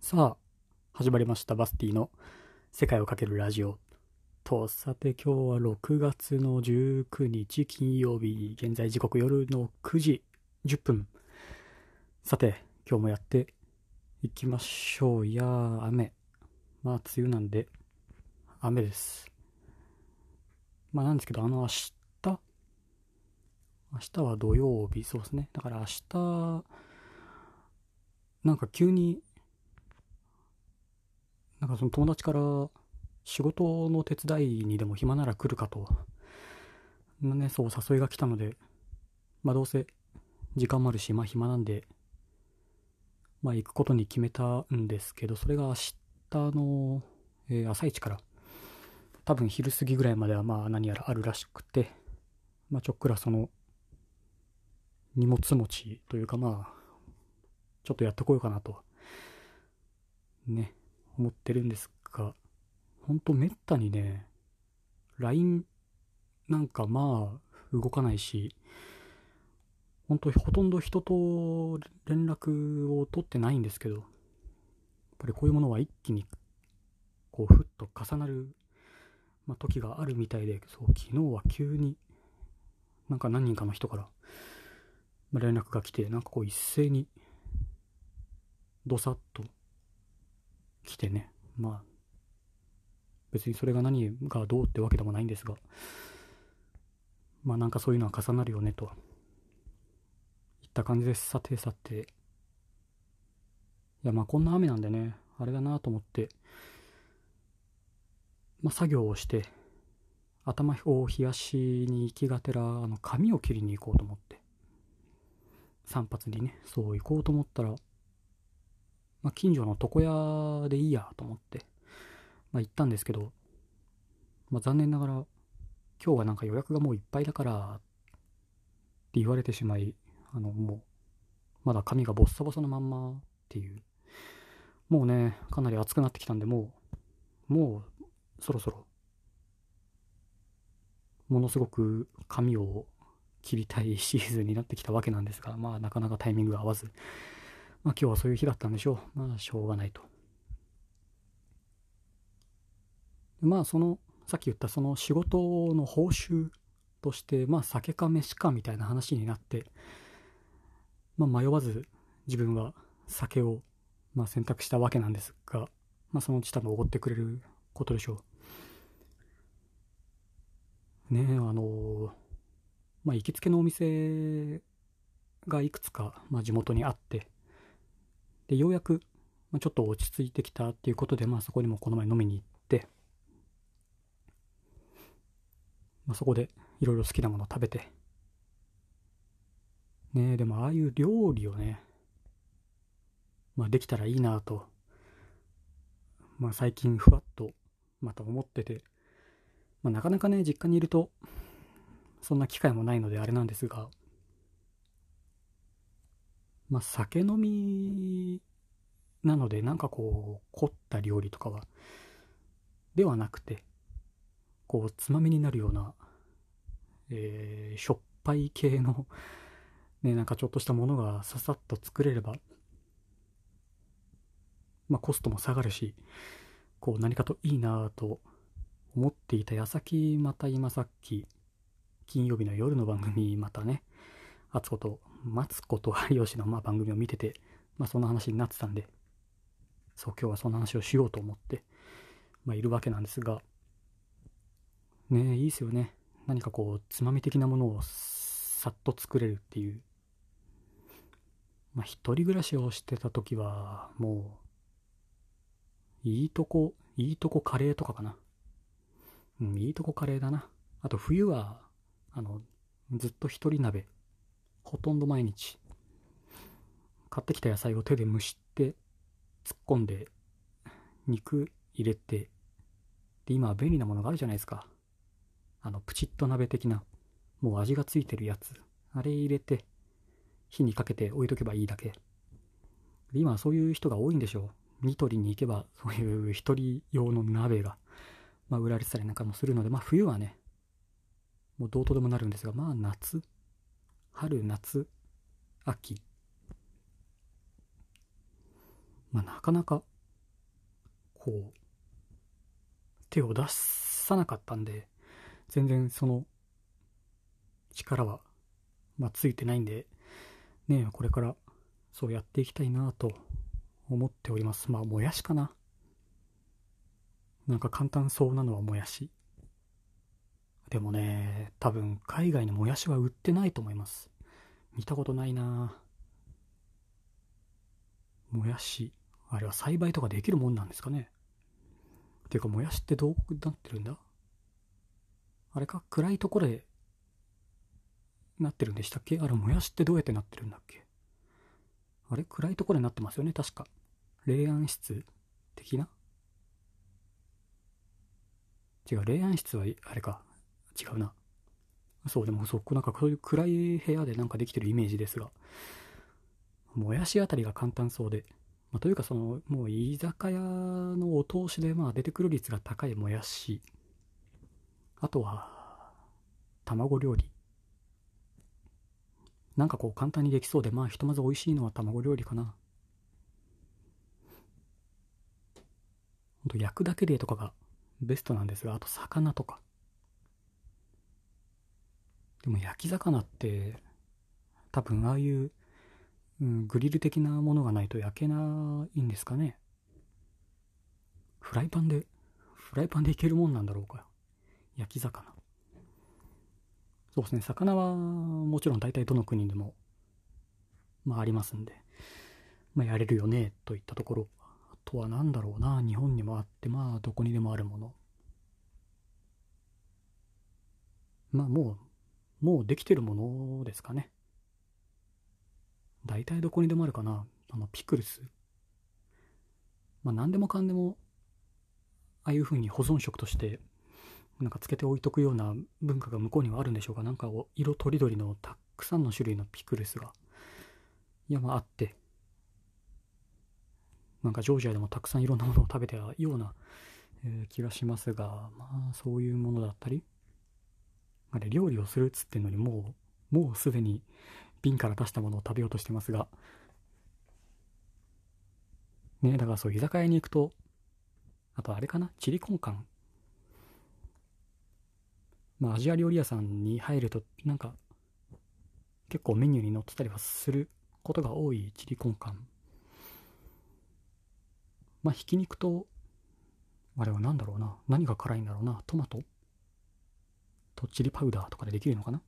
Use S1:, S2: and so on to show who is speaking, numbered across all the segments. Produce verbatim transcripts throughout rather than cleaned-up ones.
S1: さあ、始まりました。バスティの世界をかけるラジオと、さて今日はろくがつのじゅうくにち金曜日、現在時刻夜のくじじゅっぷん。さて、今日もやっていきましょう。いやー、雨。まあ、梅雨なんで、雨です。まあ、なんですけど、あの、明日、明日は土曜日、そうですね。だから明日、なんか急に、なんかその友達から仕事の手伝いにでも暇なら来るかと、ね、そう誘いが来たので、まあどうせ時間もあるし、まあ暇なんで、まあ行くことに決めたんですけど、それが明日の、えー朝一から、多分昼過ぎぐらいまではまあ何やらあるらしくて、まあちょっくらその荷物持ちというかまあ、ちょっとやってこようかなと、ね、思ってるんですが、ほんとめったにね、ライン なんかまあ動かないし、本当ほとんど人と連絡を取ってないんですけど、やっぱりこういうものは一気にこうふっと重なる、まあ、時があるみたいで、そう昨日は急になんか何人かの人から連絡が来て、なんかこう一斉にドサッと来てね、まあ別にそれが何がどうってわけでもないんですが、まあなんかそういうのは重なるよねといった感じです。さてさて、いやまあこんな雨なんでね、あれだなと思って、まあ作業をして頭を冷やしに行きがてら、あの髪を切りに行こうと思って、散髪にね、そう行こうと思ったら、まあ、近所の床屋でいいやと思って、まあ、行ったんですけど、まあ、残念ながら今日はなんか予約がもういっぱいだからって言われてしまい、あのもうまだ髪がボッサボサのまんまっていう、もうねかなり暑くなってきたんで、もうもうそろそろものすごく髪を切りたいシーズンになってきたわけなんですが、まあなかなかタイミングが合わず、まあ今日はそういう日だったんでしょう。まあしょうがないと。まあそのさっき言ったその仕事の報酬として、まあ酒か飯かみたいな話になって、まあ迷わず自分は酒をまあ選択したわけなんですが、まあそのうち多分おごってくれることでしょう。ねえ、あのまあ行きつけのお店がいくつか、まあ、地元にあって、でようやく、まあ、ちょっと落ち着いてきたっていうことで、まあそこにもこの前飲みに行って、まあ、そこでいろいろ好きなものを食べて、ねえ、でもああいう料理をね、まあ、できたらいいなと、まあ、最近ふわっとまた思ってて、まあ、なかなかね実家にいるとそんな機会もないのであれなんですが、まあ、酒飲みなのでなんかこう凝った料理とかはではなくて、こうつまみになるような、えーしょっぱい系のね、なんかちょっとしたものがささっと作れれば、まあ、コストも下がるし、こう何かといいなぁと思っていた矢先、また今さっき金曜日の夜の番組、またね、あつこと、マツコと有吉のまあ番組を見てて、まあそんな話になってたんで、そう、今日はそんな話をしようと思って、まあいるわけなんですが、ねえ、いいですよね。何かこう、つまみ的なものをさっと作れるっていう。まあ一人暮らしをしてた時は、もう、いいとこ、いいとこカレーとかかな。うん、いいとこカレーだな。あと冬は、あの、ずっと一人鍋。ほとんど毎日。買ってきた野菜を手で蒸して、突っ込んで、肉入れて、で、今は便利なものがあるじゃないですか。あの、プチッと鍋的な、もう味がついてるやつ。あれ入れて、火にかけて置いとけばいいだけ。で今はそういう人が多いんでしょう。ニトリに行けば、そういう一人用の鍋が、まあ、売られてたりなんかもするので、まあ、冬はね、もうどうとでもなるんですが、まあ、夏、春、夏、秋、まあ、なかなかこう手を出さなかったんで、全然その力は、まあ、ついてないんでね、これからそうやっていきたいなと思っております。まあもやしかな。なんか簡単そうなのはもやし。でもね、多分海外にもやしは売ってないと思います。見たことないな。もやし、あれは栽培とかできるもんなんですかね。ていうかもやしってどうなってるんだ。あれか、暗いところでなってるんでしたっけ。あれもやしってどうやってなってるんだっけ。あれ暗いところになってますよね、確か。冷暗室的な。違う、冷暗室はあれか。違うな。そう、でもそこなんかそういう暗い部屋でなんかできてるイメージですが、もやしあたりが簡単そうで、まあ、というかその、もう居酒屋のお通しでまあ出てくる率が高いもやし、あとは、卵料理。なんかこう簡単にできそうで、まあひとまず美味しいのは卵料理かな。ほんと焼くだけでとかがベストなんですが、あと魚とか。でも焼き魚って多分ああいう、うん、グリル的なものがないと焼けないんですかね。フライパンで、フライパンでいけるもんなんだろうか。焼き魚。そうですね、魚はもちろん大体どの国でも、まあありますんで、まあやれるよね、といったところ。あとは何だろうな、日本にもあって、まあどこにでもあるもの。まあもう、もうできてるものですかね。大体どこにでもあるかな。あの、ピクルス。まあ何でもかんでも、ああいう風に保存食として、なんかつけておいとくような文化が向こうにはあるんでしょうか。なんか色とりどりのたくさんの種類のピクルスが、いやまああって、なんかジョージアでもたくさんいろんなものを食べたような、えー気がしますが、まあそういうものだったり、あれ料理をするっつってんのにもう、もうすでに瓶から出したものを食べようとしてますが、ね、だからそう居酒屋に行くと、あとあれかな、チリコンカン。まあアジア料理屋さんに入ると、なんか結構メニューに載ってたりはすることが多いチリコンカン。まあひき肉と、あれは何だろうな、何が辛いんだろうな、トマトとチリパウダーとかでできるのかな。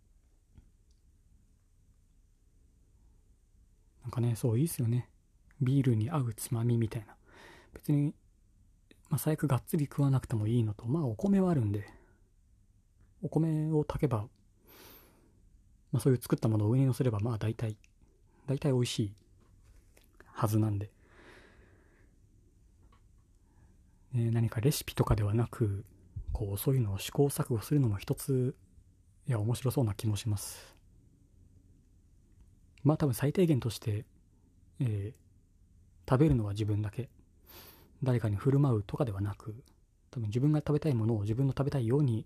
S1: なんかね、そういいっすよね。ビールに合うつまみみたいな。別に、まあ、最悪がっつり食わなくてもいいのと、まあお米はあるんで、お米を炊けば、まあそういう作ったものを上に乗せれば、まあ大体、大体美味しいはずなんで、ね、何かレシピとかではなく、こうそういうのを試行錯誤するのも一つ、いや面白そうな気もします。まあ多分最低限として、えー食べるのは自分だけ、誰かに振る舞うとかではなく、多分自分が食べたいものを自分の食べたいように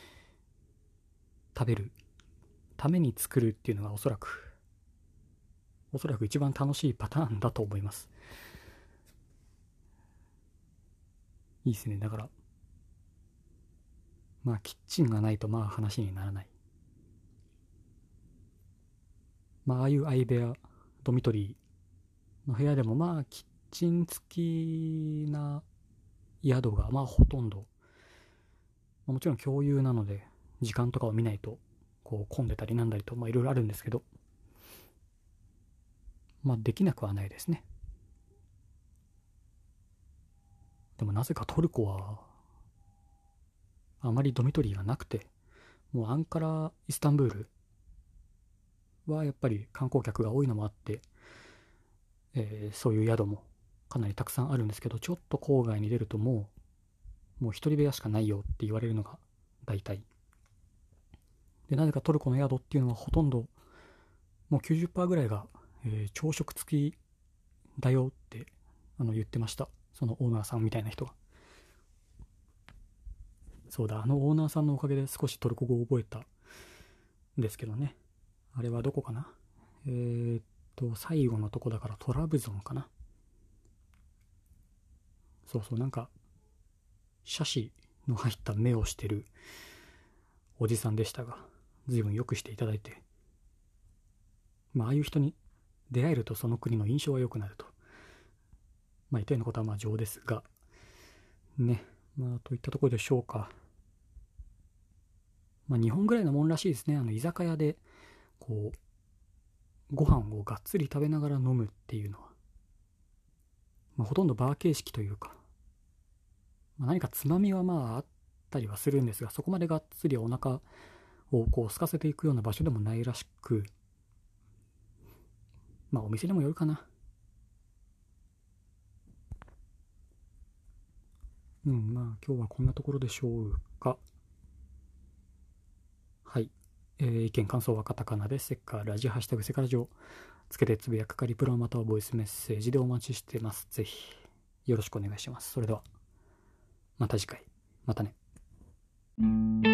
S1: 食べるために作るっていうのがおそらくおそらく一番楽しいパターンだと思います。いいですね。だからまあキッチンがないとまあ話にならない。まあああいう相部屋、ドミトリーの部屋でもまあキッチン付きな宿がまあほとんど、もちろん共有なので時間とかを見ないとこう混んでたりなんだりとまあいろいろあるんですけど、まあできなくはないですね。でもなぜかトルコはあまりドミトリーがなくて、もうアンカラ、イスタンブールはやっぱり観光客が多いのもあって、えーそういう宿もかなりたくさんあるんですけど、ちょっと郊外に出るともう、もう一人部屋しかないよって言われるのが大体。で、なぜかトルコの宿っていうのはほとんど、もうきゅうじゅっパーセントぐらいが、えー朝食付きだよってあの言ってました。そのオーナーさんみたいな人が。そうだ、あのオーナーさんのおかげで少しトルコ語を覚えたんですけどね。あれはどこかな。えー、っと、最後のとこだからトラブゾンかな。 そうそう、なんか斜視の入った目をしてるおじさんでしたが、随分よくしていただいて、まあああいう人に出会えるとその国の印象は良くなると、まあ言ったようなことはまあ情ですがね。まあといったところでしょうか。まあ日本ぐらいのもんらしいですね。あの居酒屋でこうご飯をがっつり食べながら飲むっていうのは、まあ、ほとんどバー形式というか、まあ、何かつまみはまああったりはするんですが、そこまでがっつりお腹をこう空かせていくような場所でもないらしく、まあお店でもよるかな。うん、まあ今日はこんなところでしょうか。はい。えー意見感想はカタカナでセッカーラジハッシュタグセカラジをつけてつぶやくかリプラまたはボイスメッセージでお待ちしてます。ぜひよろしくお願いします。それではまた次回。またね。